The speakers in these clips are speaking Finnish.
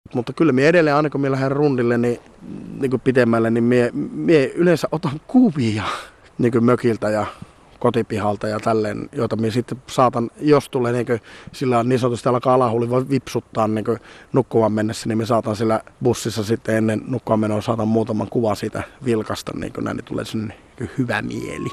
Mutta kyllä minä edelleen, aina kun minä lähden rundille niin pitemmälle, niin minä yleensä otan kuvia niin mökiltä ja kotipihalta ja tälleen, joita minä sitten saatan, jos tulee sillä niin sanotusti alkaa alahuuli voi vipsuttaa nukkumaan mennessä, niin minä saatan sillä bussissa sitten ennen nukkumaan menoa saatan muutaman kuvan siitä vilkasta, niin tulee sinne hyvä mieli.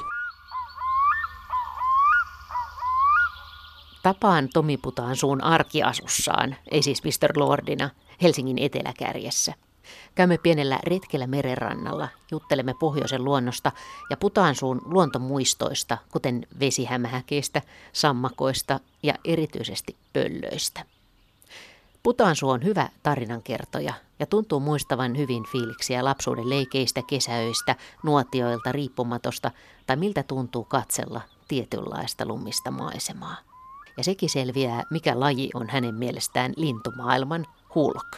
Tapaan Tomi Putaansuun arkiasussaan, ei siis Mr. Lordina, Helsingin eteläkärjessä. Käymme pienellä retkellä merenrannalla, juttelemme pohjoisen luonnosta ja Putaansuun luontomuistoista, kuten vesihämähäkeistä, sammakoista ja erityisesti pöllöistä. Putaansuu on hyvä tarinankertoja ja tuntuu muistavan hyvin fiiliksiä lapsuuden leikeistä, kesäöistä, nuotioilta, riippumatosta tai miltä tuntuu katsella tietynlaista lummista maisemaa. Ja sekin selviää, mikä laji on hänen mielestään lintumaailman hulk.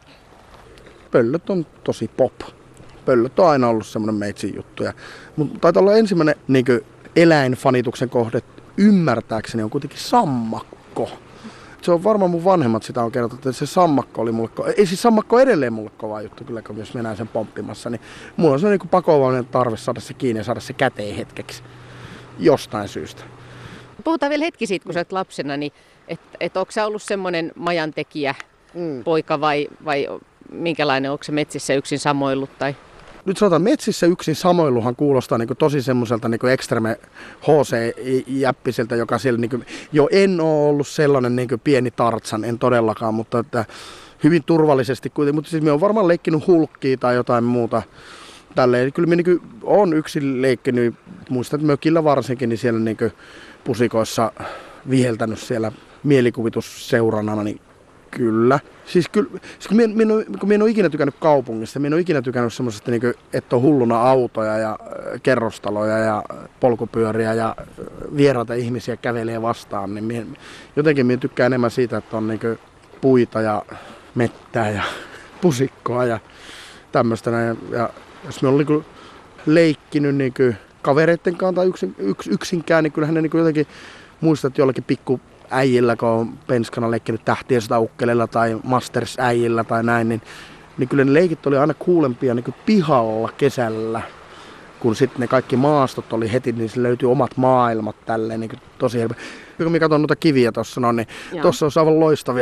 Pöllöt on tosi pop. Pöllöt on aina ollut semmoinen meitsin juttu. Mutta taitaa olla ensimmäinen eläinfanituksen kohde ymmärtääkseni on kuitenkin sammakko. Se on varmaan mun vanhemmat sitä on kertonut, että se sammakko oli mulle, ei siis sammakko on edelleen mulle kova juttu kyllä, kun jos mennään sen pomppimassa, niin mulla on se niin pakollinen tarve saada se kiinni ja saada se käteen hetkeksi jostain syystä. Puhutaan vielä hetki siitä, kun sä olet lapsena, niin että onko sä ollut semmoinen majantekijä poika vai minkälainen, onko se metsissä yksin samoillut tai? Nyt sanotaan, metsissä yksin samoiluhan kuulostaa niin tosi semmoiselta niin extreme HC-jäppiseltä, joka siellä niin kuin, jo en ole ollut sellainen niin pieni Tartsan, en todellakaan, mutta että hyvin turvallisesti kuitenkin. Mutta siis minä olen varmaan leikkinyt hulkkia tai jotain muuta tälleen. Kyllä minä niin olen yksin leikkinyt, muistan, että mökillä varsinkin, niin siellä niin pusikoissa viheltänyt siellä mielikuvitusseurannana, niin kyllä. Siis kyllä, kun minä en ole ikinä tykännyt kaupungista, minä en ole ikinä tykännyt semmoisesta, niin että on hulluna autoja ja kerrostaloja ja polkupyöriä ja vieraita ihmisiä kävelee vastaan, niin jotenkin minä tykkään enemmän siitä, että on niin puita ja mettää ja pusikkoa ja tämmöistä. Ja jos minä olen niin leikkinyt niin kavereitten kanssa tai yksinkään, niin kyllähän ne niin jotenkin muistat jollakin pikku äijillä, kun on penskana leikkinyt Tähtien ukkelella tai Masters-äijillä tai näin, niin kyllä ne leikit oli aina kuulempia niin pihalla kesällä, kun sitten ne kaikki maastot oli heti, niin se löytyi omat maailmat tälleen niin tosi helppo. Kun minä katson noita kiviä tuossa, niin tuossa on aivan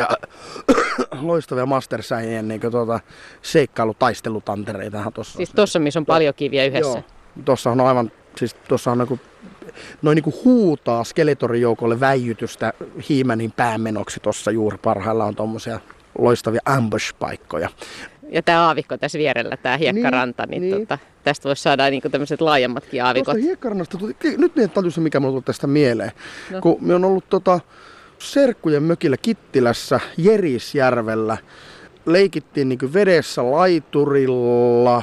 loistavia Masters-äijien niin seikkailutaistelutantereita. Siis tuossa, missä on paljon kiviä yhdessä? Joo, tuossa on aivan, siis tuossa on noin niin huutaa Skeletorin joukolle väijytystä He-Manin päämenoksi tuossa juuri parhaillaan on tuommoisia loistavia ambush-paikkoja. Ja tämä aavikko tässä vierellä, tämä hiekkaranta, niin. Tästä voisi saada niin tämmöiset laajemmatkin aavikot. Tuosta hiekkarannasta nyt minä tajusin, mikä minulla tuli tästä mieleen. No. Kun minä olen ollut serkkujen mökillä Kittilässä, Jerisjärvellä, leikittiin niin vedessä laiturilla.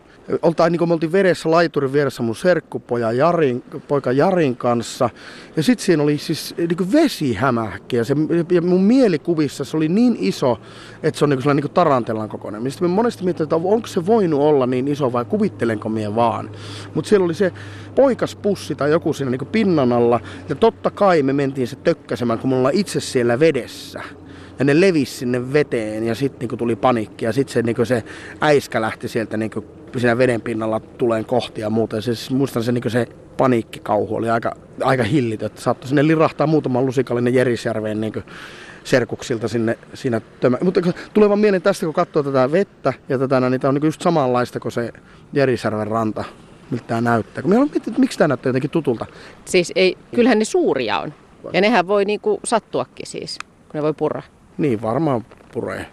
Me oltiin vedessä laiturin vieressä mun serkkupoika Jarin kanssa. Ja sitten siinä oli siis niin vesihämähäkki. Ja mun mielikuvissa se oli niin iso, että se on niin tarantellan kokoinen. Mistä me monesti miettii, että onko se voinut olla niin iso vai kuvittelenko minä vaan. Mutta siellä oli se poikaspussi tai joku siinä niin pinnan alla. Ja totta kai me mentiin se tökkäsemään, kun me ollaan itse siellä vedessä. Ja ne levisi sinne veteen ja sitten niin tuli paniikki. Ja sitten se äiskä lähti sieltä siinä veden pinnalla tuleen kohti ja muuta. Ja muistan se paniikkikauhu oli aika hillitön, että saattoi sinne lirahtaa muutaman lusikallinen Jerisjärveen serkuksilta siinä Mutta tulee vaan mieleen tästä, kun katsoo tätä vettä ja niin tämä on just samanlaista kuin se Jerisjärven ranta, miltä tämä näyttää. Kun minä olen miettinyt, että miksi tämä näyttää jotenkin tutulta. Siis kyllähän ne suuria on. Ja nehän voi sattuakin siis, kun ne voi purra. Niin, varmaan puree.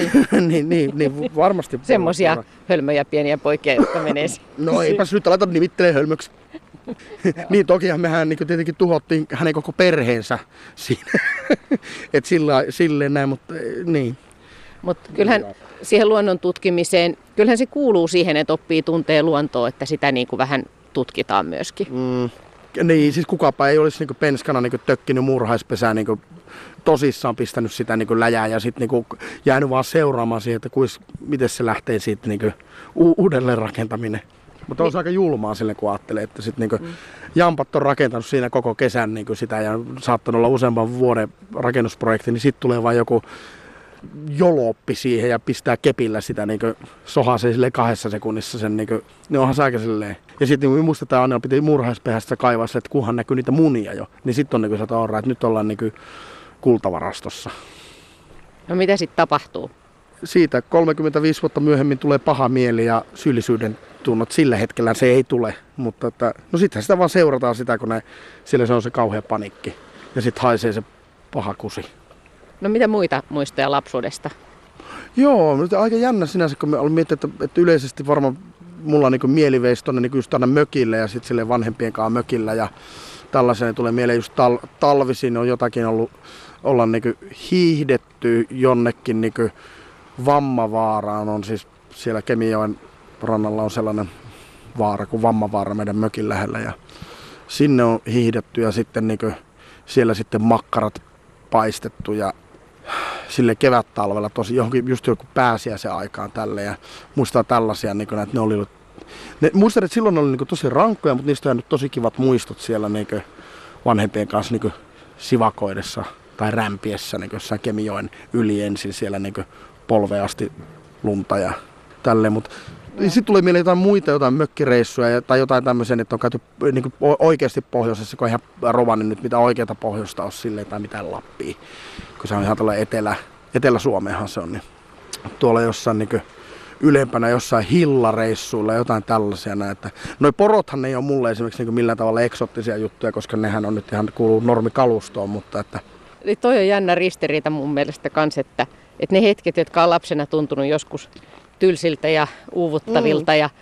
niin, varmasti. Semmoisia hölmöjä pieniä poikia, jotka menee. No eipäs nyt aleta nimittelee hölmöksi. Niin, tokihan mehän tietenkin tuhottiin hänen koko perheensä siinä. Että silleen näin, mutta niin. Mutta kyllähän siihen luonnon tutkimiseen, kyllähän se kuuluu siihen, että oppii tuntee luontoa, että sitä vähän tutkitaan myöskin. Niin, siis kukapa ei olisi penskana tökkinyt murhaispesää tosissaan pistänyt sitä läjää ja sitten jäänyt vaan seuraamaan siihen, että miten se lähtee siitä uudelleen rakentaminen. Mutta on aika julmaa sille, kun ajattelee, että sitten jampat on rakentanut siinä koko kesän sitä ja saattanut olla useamman vuoden rakennusprojekti, niin sitten tulee vaan joku joloppi siihen ja pistää kepillä sitä niin sohasee silleen 2 sekunnissa sen niin kuin, ne onhan se aika silleen. Ja sitten niin muistetaan aina piti murhaispehästä kaivaa se, että kunhan näkyy niitä munia jo, niin sitten on niin kuin että nyt ollaan niin kuin kultavarastossa. No mitä sitten tapahtuu? Siitä 35 vuotta myöhemmin tulee paha mieli ja syyllisyyden tunnot. Sillä hetkellä se ei tule, mutta että, no sittenhän sitä vaan seurataan sitä, kun siellä se on se kauhea panikki ja sitten haisee se paha kusi. No mitä muita muistoja lapsuudesta? Joo, nyt aika jännä sinänsä, kun me olin miettinyt, että yleisesti varmaan mulla on niin mieli veisi tuonne niin just aina mökille ja sitten silleen vanhempien kanssa mökillä ja tällaiseen tulee mieleen just talvisin on jotakin olla niin hiihdetty jonnekin niin Vammavaaraan, on siis siellä Kemijoen rannalla on sellainen vaara kuin Vammavaara meidän mökin lähellä ja sinne on hiihdetty ja sitten niin siellä sitten makkarat paistettu ja sille kevättalvella tosi johonkin just joku pääsiäisen aikaan tälle ja muistaa tällaisia, niin kuin, että ne oli muistan, että silloin oli niin tosi rankkoja, mutta niistä on jäänyt tosi kivat muistot siellä niin vanhempien kanssa niin sivakoidessa tai rämpiessä niin jossain Kemijoen yli ensin siellä niin polveasti lunta ja tälleen, mutta sitten tulee mieleen jotain mökkireissuja tai jotain tämmöisiä, että on käyty niin oikeasti pohjoisessa, kun ihan Rovanin nyt mitä oikeata pohjoista on silleen tai mitään Lappia, kun se on ihan tällainen Etelä-Suomeenhan se on, niin tuolla jossain niin ylempänä jossain hillareissuilla jotain tällaisia näitä. Noi porothan ei ole mulle esimerkiksi niin millään tavalla eksoottisia juttuja, koska nehän on nyt ihan kuuluu normikalustoon, mutta että eli toi on jännä ristiriita mun mielestä kans, että ne hetket, jotka on lapsena tuntunut joskus tylsiltä ja uuvuttavilta ja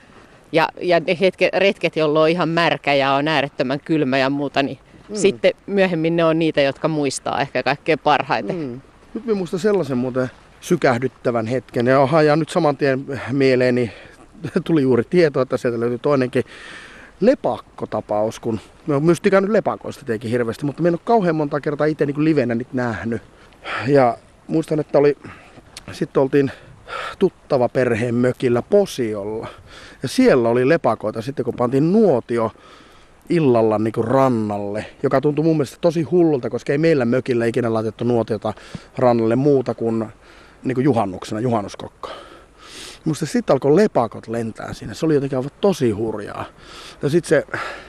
ne retket, jolloin on ihan märkä ja on äärettömän kylmä ja muuta, niin sitten myöhemmin ne on niitä, jotka muistaa ehkä kaikkein parhaiten. Nyt mä muistan sellaisen muuten sykähdyttävän hetken ja nyt saman tien mieleeni tuli juuri tieto, että sieltä löytyi toinenkin lepakkotapaus, kun mä oon myös tykännyt lepakoista tietenkin hirveästi, mutta mä en ole kauhean monta kertaa itse niin livenä niitä nähnyt. Ja muistan, että sitten oltiin tuttava perheen mökillä Posiolla. Ja siellä oli lepakoita sitten, kun pantiin nuotio illalla niin kuin rannalle, joka tuntui mun mielestä tosi hullulta, koska ei meillä mökillä ikinä laitettu nuotiota rannalle muuta kuin, juhannuksena, juhannuskokka. Musta sitten alkoi lepakot lentää siinä. Se oli jotenkin aivan tosi hurjaa. Ja sitten se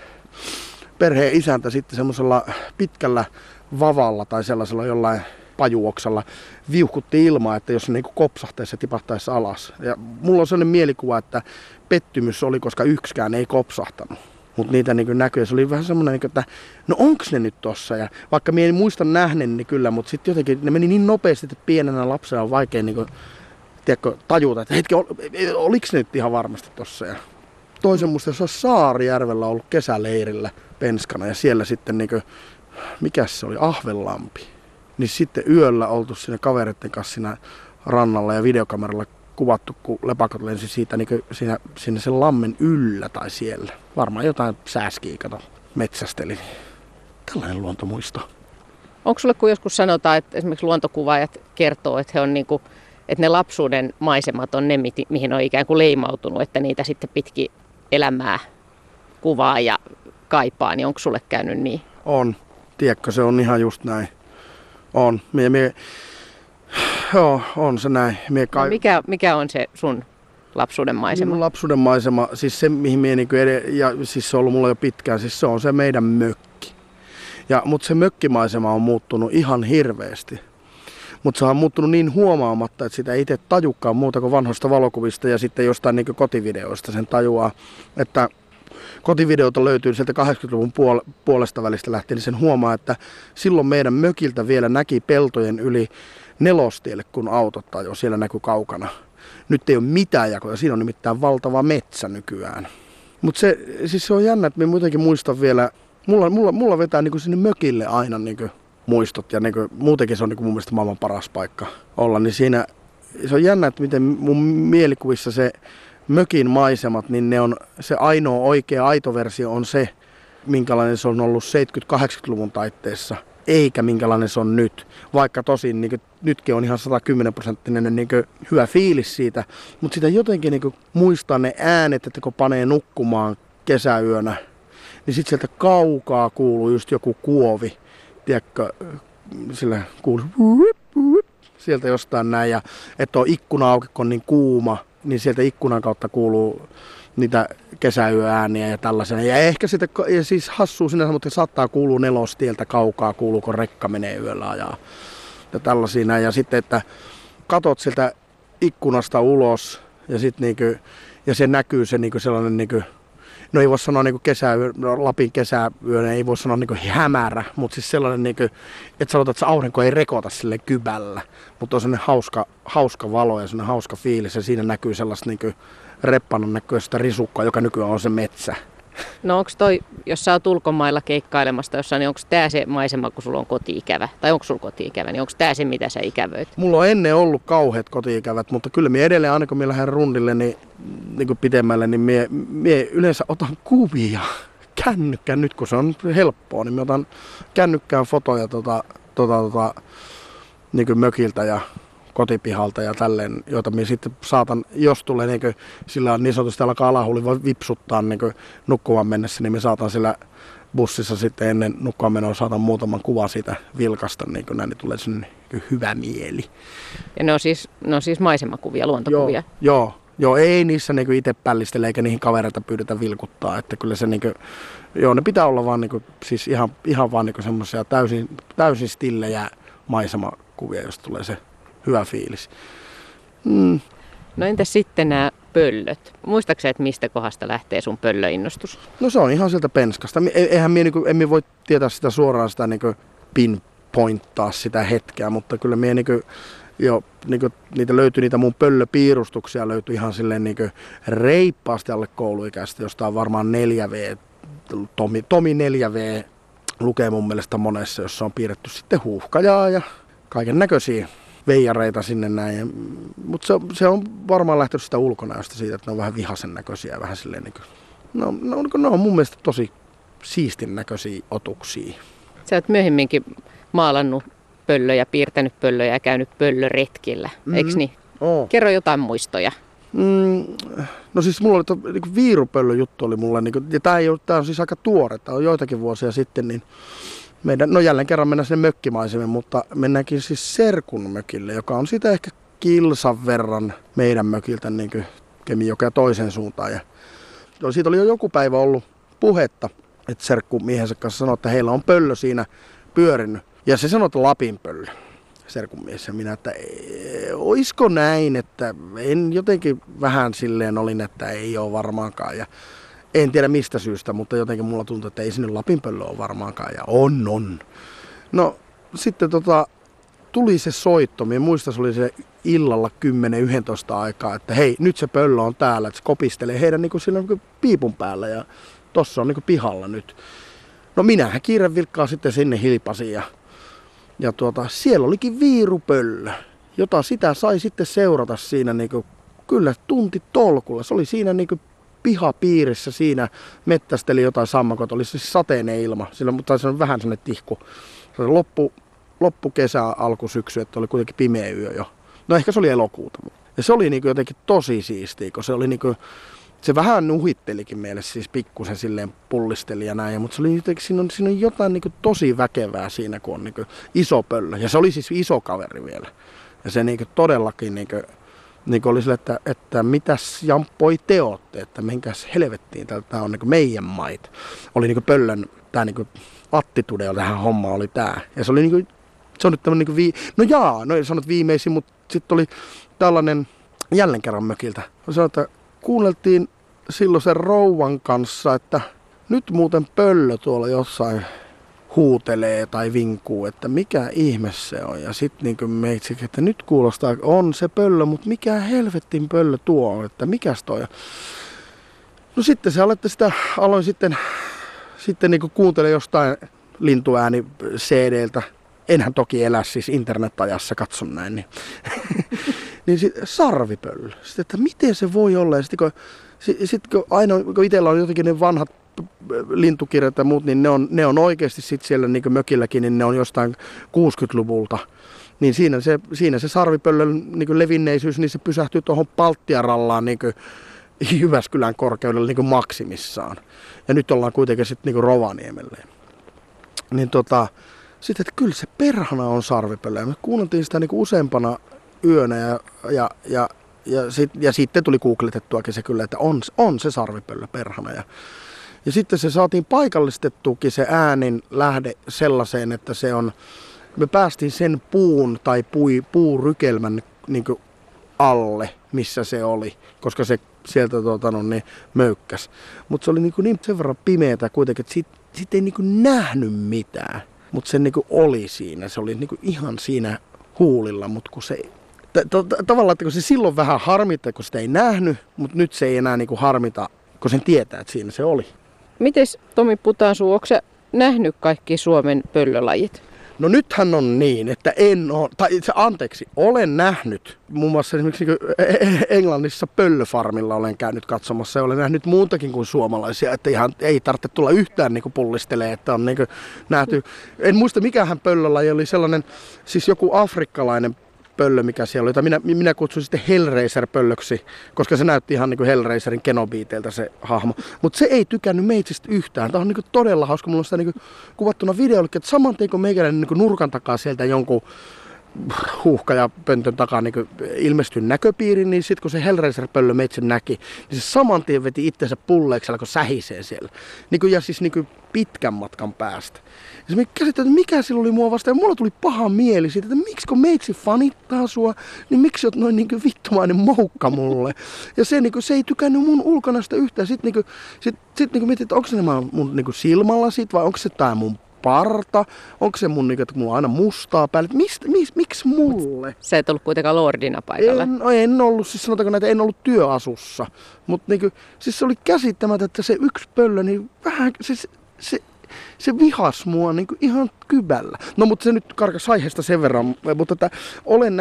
perheen isäntä sitten semmoisella pitkällä vavalla tai sellaisella jollain pajuoksalla viuhkutti ilmaa, että jos se niin kopsahtaisi ja tipahtaisi alas. Ja mulla on sellainen mielikuva, että pettymys oli, koska yksikään ei kopsahtanut. Mutta niitä niin näkyy. Se oli vähän semmoinen, että no onks ne nyt tossa? Ja vaikka minä en muista nähneeni niin kyllä, mutta sitten jotenkin ne meni niin nopeasti, että pienenä lapsena on vaikea niin tajuta, että hetki, oliko ne nyt ihan varmasti tossa? Ja toisen muista, jos olisi Saarijärvellä ollut kesäleirillä penskana ja siellä sitten, mikäs se oli, Ahvenlampi. Niin sitten yöllä oltu siinä kavereiden kanssa siinä rannalla ja videokameralla kuvattu, kun lepakot lensi siitä siinä sen lammen yllä tai siellä. Varmaan jotain sääskiä, metsästeli. Tällainen luontomuisto. Onko sulle, kun joskus sanotaan, että esimerkiksi luontokuvaajat kertoo, että että ne lapsuuden maisemat on ne, mihin on ikään kuin leimautunut, että niitä sitten pitkin elämää kuvaa ja kaipaa, niin onko sulle käynyt niin? On. Tiedätkö, se on ihan just näin. On. Joo, on se näin. Mikä on se sun lapsuuden maisema? Minun lapsuuden maisema, siis se mihin ja siis se on ollut mulla jo pitkään, siis se on se meidän mökki. Mutta se mökkimaisema on muuttunut ihan hirveästi. Mutta se on muuttunut niin huomaamatta, että sitä ei itse tajukaan muuta kuin vanhoista valokuvista ja sitten jostain kotivideoista sen tajuaa, että kotivideota löytyy sieltä 80-luvun puolesta välistä lähtien, niin sen huomaa, että silloin meidän mökiltä vielä näki peltojen yli Nelostielle, kun autot ajoi, siellä näkyi kaukana. Nyt ei ole mitään jakoja, siinä on nimittäin valtava metsä nykyään. Mutta se on jännä, että minä muutenkin muistan vielä, mulla vetää sinne mökille aina muistot ja muutenkin se on mun mielestä maailman paras paikka olla, niin siinä se on jännä, että miten mun mielikuvissa se mökin maisemat, niin ne on se ainoa oikea aito versio on se, minkälainen se on ollut 70-80-luvun taitteessa, eikä minkälainen se on nyt. Vaikka tosin nytkin on ihan 110% hyvä fiilis siitä, mutta sitä jotenkin muistaa ne äänet, että kun panee nukkumaan kesäyönä, niin sitten sieltä kaukaa kuuluu just joku kuovi. Tiedätkö, sillä kuuluu sieltä jostain näin. Ja että on ikkuna auki, kun on niin kuuma, niin sieltä ikkunan kautta kuuluu niitä kesäyöääniä ja tällaisena. Ja ehkä sitten, ja siis hassua sinänsä, mutta saattaa kuulua nelostieltä kaukaa, kuuluu kun rekka menee yöllä ajaa. Ja tällaisia näin. Ja sitten, että katot sieltä ikkunasta ulos ja sitten niinku, ja se näkyy se niinku sellainen niinku, no ei voi sanoa niinku Lapin kesäyönä, ei voi sanoa niinku hämärä, mutta siis sellainen niinku, että sanotaan, että se aurinko ei rekota sille kybällä, mutta on sellainen hauska valo ja sellainen hauska fiilis ja siinä näkyy sellaista niinku reppanan näköistä risukkaa, joka nykyään on se metsä. No onko toi, jos sä oot ulkomailla keikkailemassa jossain, niin onko tää se maisema, kun sulla on koti-ikävä? Tai onko sulla koti-ikävä, niin onko tää se, mitä sä ikävöit? Mulla on ennen ollut kauheat koti-ikävät, mutta kyllä minä edelleen, aina kun minä lähden rundille niin kuin pitemmälle, niin minä yleensä otan kuvia kännykkään. Nyt kun se on helppoa, niin minä otan kännykkään fotoja niin kuin mökiltä ja kotipihalta ja tälleen, joita minä sitten saatan, jos tulee sillä niin sanotusti alkaa alahuuli voi vipsuttaa nukkumaan mennessä, niin minä saatan sillä bussissa sitten ennen nukkumaan menoa saatan muutaman kuvan siitä vilkasta, niin näin niin tulee sinne hyvä mieli. Ja ne on siis maisemakuvia, luontokuvia? Joo, ei niissä itse pällistele eikä niihin kavereita pyydetä vilkuttaa, että kyllä se ne pitää olla vaan siis ihan vaan semmoisia täysin stillejä maisemakuvia, jos tulee se hyvä fiilis. No entäs sitten nämä pöllöt? Muistaaksä, että mistä kohdasta lähtee sun pöllöinnostus? No se on ihan sieltä penskasta. Eihän emme voi tietää sitä suoraan sitä pinpointtaa sitä hetkeä, mutta kyllä niitä löytyy, niitä mun pöllöpiirustuksia löytyy ihan silleen reippaasti alle kouluikäistä, josta on varmaan 4V, Tomi 4V lukee mun mielestä monessa, jossa on piirretty sitten huuhkajaa ja kaiken näköisiä veijareita sinne näin. Mutta se on varmaan lähtenyt sitä ulkonäöstä siitä, että ne on vähän vihasen näköisiä. Vähän silleen ne on mun mielestä tosi siistin näköisiä otuksia. Sä oot myöhemminkin maalannut pöllöjä, piirtänyt pöllöjä ja käynyt pöllöretkillä, eikö niin? Kerro jotain muistoja. No siis mulla oli viirupöllöjuttu oli mulla, ja tää on siis aika tuore, tää on joitakin vuosia sitten, niin jälleen kerran mennään sinne mökkimaisemmin, mutta mennäänkin siis Serkun mökille, joka on siitä ehkä kilsan verran meidän mökiltä Kemijokea toisen suuntaan. Ja siitä oli jo joku päivä ollut puhetta, että Serkku miehensä kanssa sanoi, että heillä on pöllö siinä pyörinyt. Ja se sanoi, että Lapin pöllö, Serkun mies. Ja minä, että oisko näin, että en jotenkin vähän silleen olin, että ei ole varmaankaan. Ja en tiedä mistä syystä, mutta jotenkin mulla tuntuu, että ei sinne Lapin pöllö ole varmaankaan. Ja on. No sitten tuli se soitto. Minä muistan, se oli se illalla 10-11 aikaa, että hei, nyt se pöllö on täällä. Että se kopistelee heidän sillä piipun päällä ja tossa on pihalla nyt. No minähän kiireen vilkkaa sitten sinne hilpasin ja siellä olikin viirupöllö, jota sitä sai sitten seurata siinä kyllä tuntitolkulla. Se oli siinä pihapiirissä siinä mettästeli jotain sammakot, oli se sateinen ilma, mutta se on vähän sellainen tihku. Se oli loppukesä, alkusyksy, että oli kuitenkin pimeä yö jo. No ehkä se oli elokuuta. Ja se oli jotenkin tosi siistiä, kun se oli se vähän nuhittelikin meille, siis pikkusen silleen pullisteli ja näin, mutta se oli jotenkin, siinä on jotain tosi väkevää siinä, kun on iso pöllö. Ja se oli siis iso kaveri vielä. Ja se todellakin oli sille, että mitäs jamppoi te ootte, että minkäs helvettiin, tää on meidän maita. Oli pöllön, tää attitude tähän hommaan oli tää. Ja se oli se on nyt tämmönen no sanot viimeisin, mutta sitten oli tällainen jälleen kerran mökiltä. Sanoin, että kuunneltiin silloin sen rouvan kanssa, että nyt muuten pöllö tuolla jossain huutelee tai vinkuu, että mikä ihme se on. Ja sitten meitsikin, että nyt kuulostaa, on se pöllö, mutta mikä helvettin pöllö tuo on, että mikäs toi. No sitten se aloin sitten kuuntele jostain lintuääni CDltä. Enhän toki elä siis internetajassa, katson näin. Niin sarvipöllö. Sitten, että miten se voi olla. Ja sitten kun itsellä on jotenkin ne vanhat lintukirjat ja muut, niin ne on oikeasti sitten siellä mökilläkin, niin ne on jostain 60-luvulta. Niin siinä se sarvipöllön levinneisyys, niin se pysähtyy tuohon Palttiarallaan Jyväskylän korkeudella maksimissaan. Ja nyt ollaan kuitenkin sitten Rovaniemelle. Niin sitten, että kyllä se perhana on sarvipöllö. Ja me kuunneltiin sitä niinku useampana yönä ja sitten tuli googletettuakin se kyllä, että on se sarvipöllö perhana. Ja sitten se saatiin paikallistettuakin se äänin lähde sellaiseen, että me päästiin sen puun tai puurykelmän niin kuin alle, missä se oli, koska se sieltä möykkäs. Mutta se oli niin sen verran pimeätä kuitenkin, että siitä ei niin nähnyt mitään, mutta se niin oli siinä. Se oli niin ihan siinä huulilla, mutta kun se tavallaan, että kun se silloin vähän harmittaa, kun sitä ei nähnyt, mutta nyt se ei enää niin harmita, kun sen tietää, että siinä se oli. Mites Tomi Putansuu, onko sä nähnyt kaikki Suomen pöllölajit? No nythän on niin, että olen nähnyt, muun muassa esimerkiksi Englannissa pöllöfarmilla olen käynyt katsomassa ja olen nähnyt muutakin kuin suomalaisia, että ihan ei tarvitse tulla yhtään niin pullistelee, että on niin nähty. En muista mikähän pöllölaji oli sellainen, siis joku afrikkalainen pöllö, mikä siellä oli, jota minä kutsuin sitten Hellraiser-pöllöksi, koska se näytti ihan niin kuin Hellraiserin Kenobiiteiltä se hahmo. Mutta se ei tykännyt meitsistä yhtään. Tämä on niin kuin todella hauska. Mulla on sitä niin kuin kuvattuna videolla, että saman tien kun meikäläinen niin kuin nurkan takaa sieltä jonkun huuhka ja pöntön takaa niin ilmestyi näköpiiriin, niin sitten kun se Hellraiser-pöllö meitsen näki, niin se saman tien veti itsensä pulleeksi, alkoi sähisee siellä. Ja siis pitkän matkan päästä. Ja se käsittää, että mikä sillä oli mua vastaan. Ja mulla tuli paha mieli siitä, että miksi kun meitsi fanittaa sua, niin miksi oot noin vittumainen moukka mulle. Ja se ei tykännyt mun ulkonasta yhtään. Sitten mietin, että onko se mun silmällä sit, vai onko se tää mun parta, onko se mun, että mulla on aina mustaa päällä, miksi mulle? Sä et ollut kuitenkaan lordina paikalla. En ollut, siis sanotaanko näitä, en ollut työasussa, mutta siis se oli käsittämätöntä, että se yksi pöllö, niin vähän se vihas mua ihan kybällä. No mutta se nyt karkas aiheesta sen verran, mutta että olen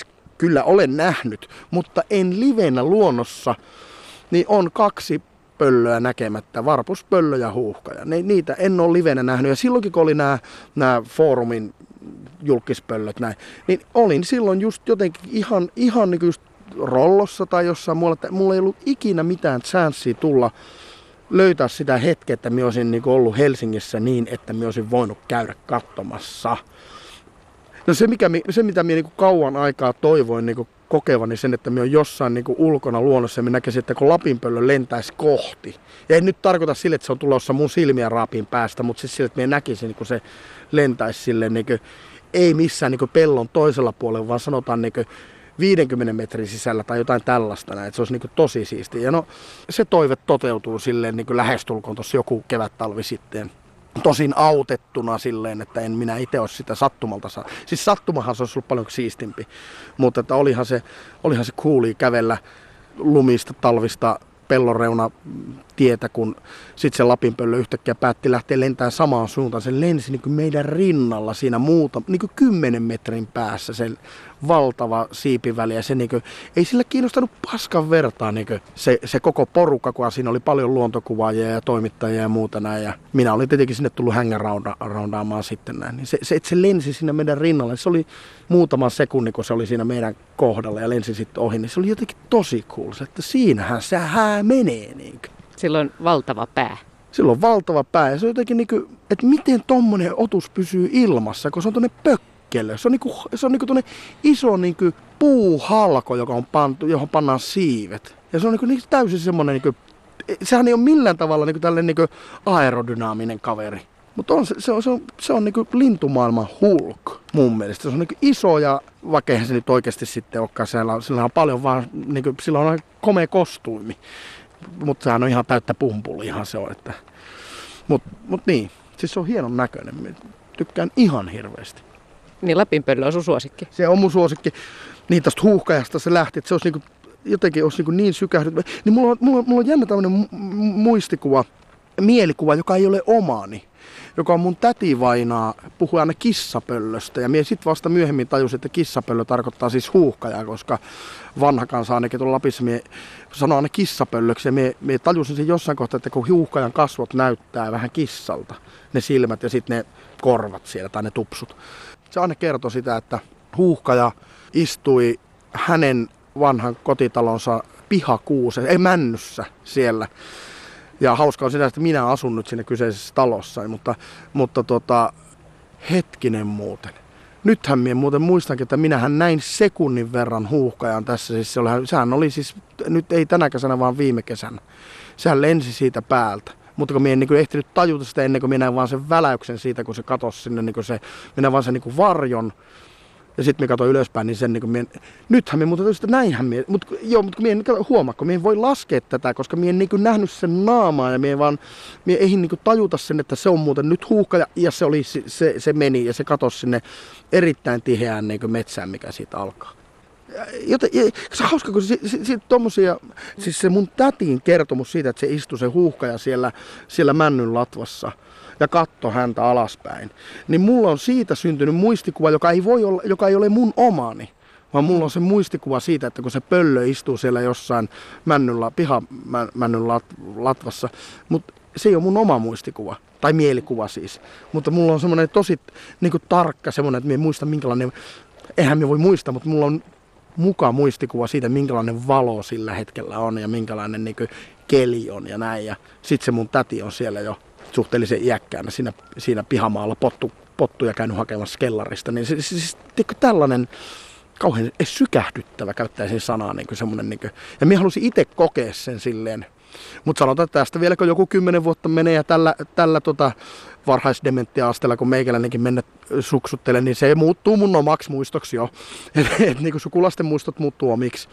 nähnyt, mutta en livenä luonnossa, niin on 2 pöllöä näkemättä, varpuspöllö ja huuhkaja. Niitä en ole livenä nähnyt. Ja silloinkin, kun oli nämä foorumin julkispöllöt, niin olin silloin just jotenkin ihan niin kuin just rollossa tai jossain muualla, että mulla ei ollut ikinä mitään chanssiä löytää sitä hetkeä, että minä olisin niin kuin ollut Helsingissä niin, että minä olisin voinut käydä katsomassa. No se mitä minä niin kuin kauan aikaa toivoin niin kuin kokevani sen, että minä olen jossain niin kuin ulkona luonnossa ja minä näkisin, että kun lapinpöllö lentäisi kohti. Ja en nyt tarkoita sille, että se on tulossa mun silmiä raapin päästä, mutta siis sille, että minä näkisin, kun se lentäisi silleen, niin kuin, ei missään niin kuin pellon toisella puolella, vaan sanotaan niin kuin 50 metrin sisällä tai jotain tällaista, että se olisi niin kuin tosi siistiä. Ja no, se toive toteutuu silleen niin kuin lähestulkoon tuossa joku kevät-talvi sitten. Tosin autettuna silleen, että en minä itse olisi sitä sattumalta saa. Siis sattumahan se olisi ollut paljon siistimpi, mutta että olihan se coolia kävellä lumista talvista pellonreuna tietä, kun sitten se lapinpöllö yhtäkkiä päätti lähteä lentämään samaan suuntaan. Se lensi niin kuin meidän rinnalla siinä niin kuin 10 metrin päässä se valtava siipiväli. Ja se niin kuin, ei sillä kiinnostanut paskan vertaa niin kuin se koko porukka, kun siinä oli paljon luontokuvaajia ja toimittajia ja muuta näin. Ja minä olin tietenkin sinne tullut hängenraundaamaan sitten näin. Niin se lensi siinä meidän rinnalla. Se oli muutaman sekunnin, kun se oli siinä meidän kohdalla ja lensi sitten ohi. Niin se oli jotenkin tosi cool, että siinähän se menee. Niin kuin. Silloin valtava pää. Silloin valtava pää ja se on jotenkin niinku, että miten tommonen otus pysyy ilmassa, kun se on tuonne pökkelö. Se on niinku tuonne iso niinku puuhalko, joka on pantu, johon pannaan siivet. Ja se on niinku täysin semmonen niinku, sehän ei ole millään tavalla niinku tällainen niinku aerodynaaminen kaveri. Mutta se on niinku lintumaailman Hulk mun mielestä. Se on niinku iso ja vaikka eihän se nyt oikeasti sitten olekaan, sillä on paljon vaan, niinku, sillä on komea kostuimi. Mutta sehän on ihan täyttä pumpulihan se on. Mutta niin, siis se on hienon näköinen. Tykkään ihan hirveästi. Niin lapinpöllö on sun suosikki? Se on mun suosikki. Niin tästä huuhkajasta se lähti, että se olisi niinku, jotenkin olisi niin sykähdyt. Niin mulla on jännä tämmöinen muistikuva, mielikuva, joka ei ole omani. Joka on mun tätivainaa, puhui aina kissapöllöstä. Ja mie sitten vasta myöhemmin tajusin, että kissapöllö tarkoittaa siis huuhkajaa, koska vanha kansa ainakin tuolla Lapissa mie sanoo aina kissapöllöksi. Ja mie tajusin sen jossain kohtaa, että kun huuhkajan kasvot näyttää vähän kissalta, ne silmät ja sitten ne korvat siellä tai ne tupsut. Se aina kertoi sitä, että huuhkaja istui hänen vanhan kotitalonsa pihakuusessa, ei männyssä siellä. Ja hauskaa on sitä, että minä asun nyt siinä kyseisessä talossa, mutta hetkinen muuten. Nythän minä muuten muistankin, että minähän näin sekunnin verran huuhkajan tässä. Siis sehän oli siis, nyt ei tänä kesänä, vaan viime kesänä. Sehän lensi siitä päältä. Mutta kun minä en niin ehtinyt tajuta sitä ennen kuin minä näin vaan sen väläyksen siitä, kun se katosi sinne, niin minä vaan sen niin varjon. Ja sitten minä katsoin ylöspäin, niin sen niin nythän minä muuten että näinhän minä, mutta kun minä en huomaa, kun minä en voi laskea tätä, koska minä en niin nähnyt sen naamaa ja minä eihin niin tajuta sen, että se on muuten nyt huuhkaja ja se meni ja se katosi sinne erittäin tiheään niin metsään, mikä siitä alkaa. Joten, se on hauska, kun tommosia, siis se mun tätin kertomus siitä, että se istui se huuhkaja siellä männyn latvassa ja katto häntä alaspäin, niin mulla on siitä syntynyt muistikuva, joka ei ole mun omani, vaan mulla on se muistikuva siitä, että kun se pöllö istuu siellä jossain pihamännyn latvassa, mutta se ei ole mun oma muistikuva, tai mielikuva siis, mutta mulla on semmoinen tosi niin kuin tarkka semmoinen, että minä en muista minkälainen, eihän minä voi muistaa, mutta mulla on mukaan muistikuva siitä, minkälainen valo sillä hetkellä on ja minkälainen niin kuin keli on ja näin. Ja sitten se mun täti on siellä jo suhteellisen iäkkäänä siinä pihamaalla pottuja käynyt hakemassa kellarista. Niin siis tällainen kauhean sykähdyttävä, käyttäisin sanaa, niin kuin semmoinen. Niin kuin, ja minä halusin itse kokea sen silleen. Mutta sanotaan, että tästä vielä kun joku 10 vuotta menee ja tällä varhaisdementia-asteella, kun meikäläinenkin mennä suksuttelee, niin se muuttuu mun omaksi muistoksi jo. Et niin kuin sukulaisten muistot muuttuu omiksi.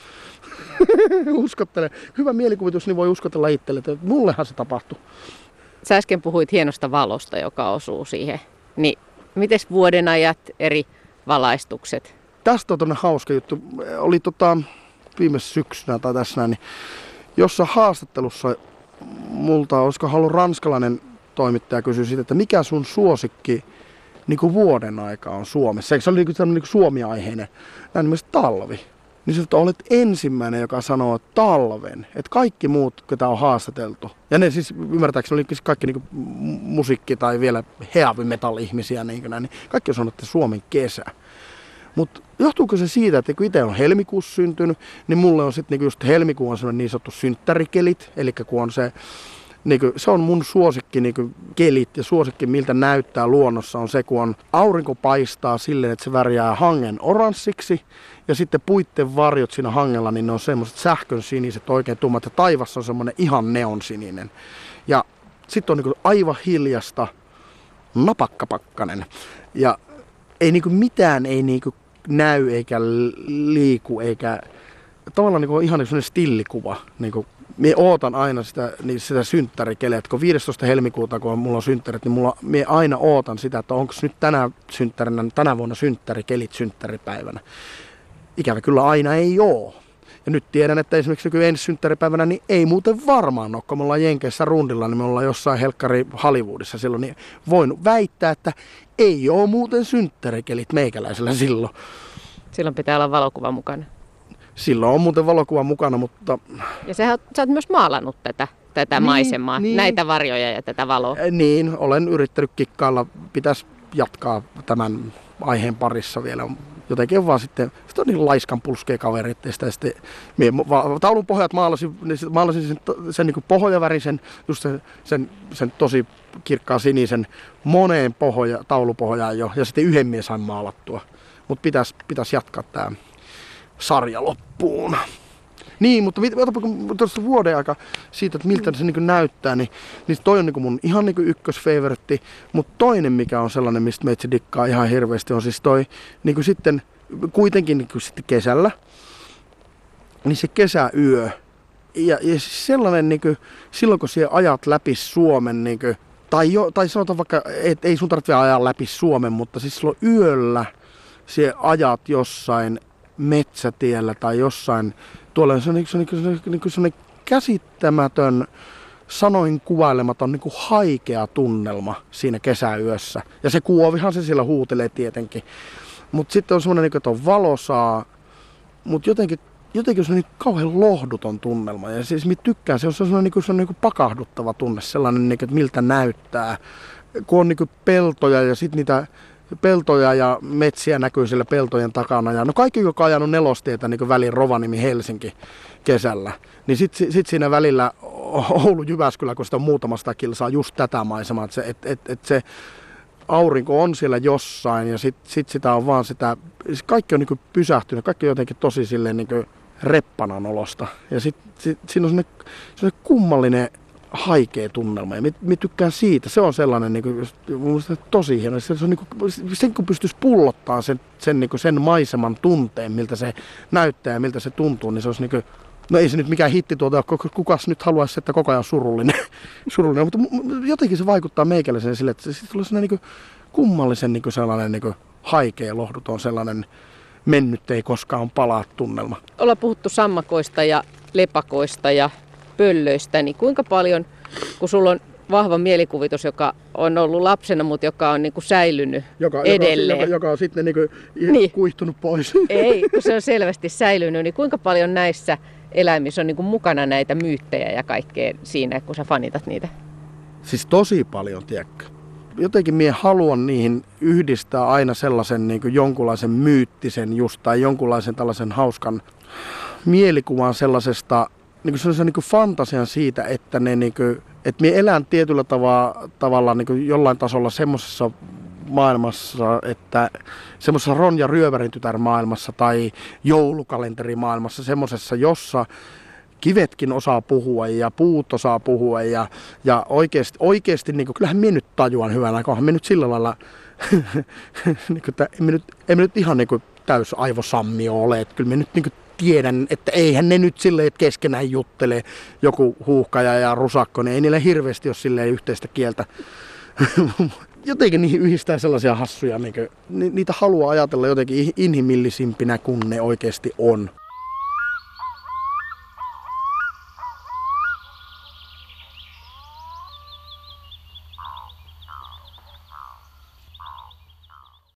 Uskottele. Hyvä mielikuvitus, niin voi uskotella itselle, että mullehan se tapahtuu. Sä äsken puhuit hienosta valosta, joka osuu siihen. Niin mites vuodenajat, eri valaistukset? Tästä on tämmöinen hauska juttu. Oli viime syksynä tai tässä näin, niin jossain haastattelussa multa, olisiko ollut ranskalainen toimittaja, kysyi siitä, että mikä sun suosikki niin kuin vuoden aika on Suomessa. Eikö se oli niin Suomi-aiheinen? Näin nimessä talvi. Niin se, että olet ensimmäinen, joka sanoo talven. Että kaikki muut, ketä on haastateltu. Ja ne siis ymmärtääkseni oli kaikki niin musiikki- tai vielä heavy metal-ihmisiä. Niin kaikki on sanonut, että Suomen kesä. Mutta johtuuko se siitä, että kun itse on helmikuussa syntynyt, niin mulle on sitten just helmikuu on sellainen niin sanottu synttärikelit. Eli kun on se on mun suosikki kelit ja suosikki miltä näyttää luonnossa on se, kun aurinko paistaa silleen, että se värjää hangen oranssiksi. Ja sitten puitten varjot siinä hangella, niin ne on semmoiset sähkön siniset, oikein tummat. Ja taivas on semmoinen ihan neonsininen. Ja sitten on aivan hiljasta napakkapakkanen. Ja ei mitään ei näy eikä liiku eikä tavallaan ihan sellainen stillikuva. Mie ootan aina sitä synttärikeleä, että kun 15. helmikuuta, kun mulla on synttärit, niin mie aina ootan sitä, että onko nyt tänä vuonna synttärikelit synttäripäivänä. Ikävä kyllä aina ei oo. Ja nyt tiedän, että esimerkiksi ensi synttäripäivänä niin ei muuten varmaan ole, kun me ollaan Jenkeissä rundilla, niin me ollaan jossain helkkari Hollywoodissa silloin, niin voin väittää, että ei oo muuten synttärikelit meikäläisellä silloin. Silloin pitää olla valokuva mukana. Silloin on muuten valokuva mukana, mutta... Ja sä oot myös maalannut tätä maisemaa, näitä varjoja ja tätä valoa. Niin, olen yrittänyt kikkailla. Pitäisi jatkaa tämän aiheen parissa vielä. Jotenkin vaan sitten on niin laiskan pulskea kaveri, että sitten taulun pohjat maalasin sen niin kuin pohjavärisen, just sen tosi kirkkaan sinisen moneen taulupohjaan jo, ja sitten yhden mies sain maalattua. Mutta pitäisi jatkaa tämä sarja loppuun. Niin, mutta tuosta vuoden aika siitä, että miltä se niin näyttää, niin toi on niin mun ihan niin ykkösfavoritti. Mutta toinen, mikä on sellainen, mistä meitsi dikkaa ihan hirveästi, on siis toi niin sitten kuitenkin niin sitten kesällä, niin se kesäyö. Ja siis sellainen, niin kuin, silloin kun siellä ajat läpi Suomen, niin kuin, tai sanotaan vaikka, että ei sun tarvitse ajaa läpi Suomen, mutta siis silloin yöllä siellä ajat jossain metsätiellä tai jossain, tuolla on sellainen käsittämätön, sanoin kuvailematon niin kuin haikea tunnelma siinä kesäyössä. Ja se kuovihan se siellä huutelee tietenkin. Mutta sitten on semmoinen, että on valosaa, mutta jotenkin se on niin kauhean lohduton tunnelma. Ja siis minä tykkään, se on sellainen niin kuin pakahduttava tunne, sellainen, että miltä näyttää. Kun on niin kuin peltoja ja sitten niitä peltoja ja metsiä näkyy siellä peltojen takana. Ja no kaikki, joka on ajanut nelostietä niin välin Rovaniemi-Helsinki kesällä, niin sit siinä välillä Oulu-Jyväskylä, kun sitä on muutamasta kilsaa just tätä maisemaa, että se aurinko on siellä jossain ja sit sitä on vaan sitä, kaikki on niin pysähtynyt, kaikki on jotenkin tosi silleen niin reppanan olosta. Ja siinä on sellainen kummallinen haikea tunnelma ja mä tykkään siitä. Se on sellainen niin kuin, tosi hieno. Se on, niin kuin, sen kun pystyisi pullottaa sen maiseman tunteen, miltä se näyttää ja miltä se tuntuu, niin se olisi niin kuin, no ei se nyt mikään hitti kukas nyt haluaisi, että koko ajan surullinen, mutta jotenkin se vaikuttaa meikäläisen sille, että se tulee sellainen niin kummallisen niin sellainen niin haikea, lohduton, sellainen mennyt ei koskaan palaa tunnelma. Ollaan puhuttu sammakoista ja lepakoista ja pöllöistä, niin kuinka paljon, kun sulla on vahva mielikuvitus, joka on ollut lapsena, mutta joka on niin kuin säilynyt edelleen. Joka on sitten niin kuihtunut pois. Ei, kun se on selvästi säilynyt, niin kuinka paljon näissä eläimissä on niin kuin mukana näitä myyttejä ja kaikkea siinä, kun sä fanitat niitä? Siis tosi paljon, tiedätkö. Jotenkin minä haluan niihin yhdistää aina sellaisen niin kuin jonkunlaisen myyttisen just tai jonkunlaisen tällaisen hauskan mielikuvan sellaisesta, niin kuin sellaisen niin kuin fantasian siitä, että ne niin kuin, että minä elän tietyllä tavalla niin kuin jollain tasolla semmoisessa maailmassa, että semmoisessa Ronja Ryövärin tytär maailmassa tai joulukalenterimaailmassa, semmoisessa, jossa kivetkin osaa puhua ja puut osaa puhua ja oikeasti niin kuin, kyllähän minä nyt tajuan hyvän aikaan, minä nyt sillä lailla, niin kuin, en minä nyt ihan niin kuin täys aivosammio ole, että kyllä minä nyt niin kuin tiedän, että eihän ne nyt silleen, että keskenään juttele joku huuhkaja ja rusakko, niin ei niillä hirveästi ole silleen yhteistä kieltä. Jotenkin niihin yhdistää sellaisia hassuja, niitä haluaa ajatella jotenkin inhimillisimpinä kuin ne oikeasti on.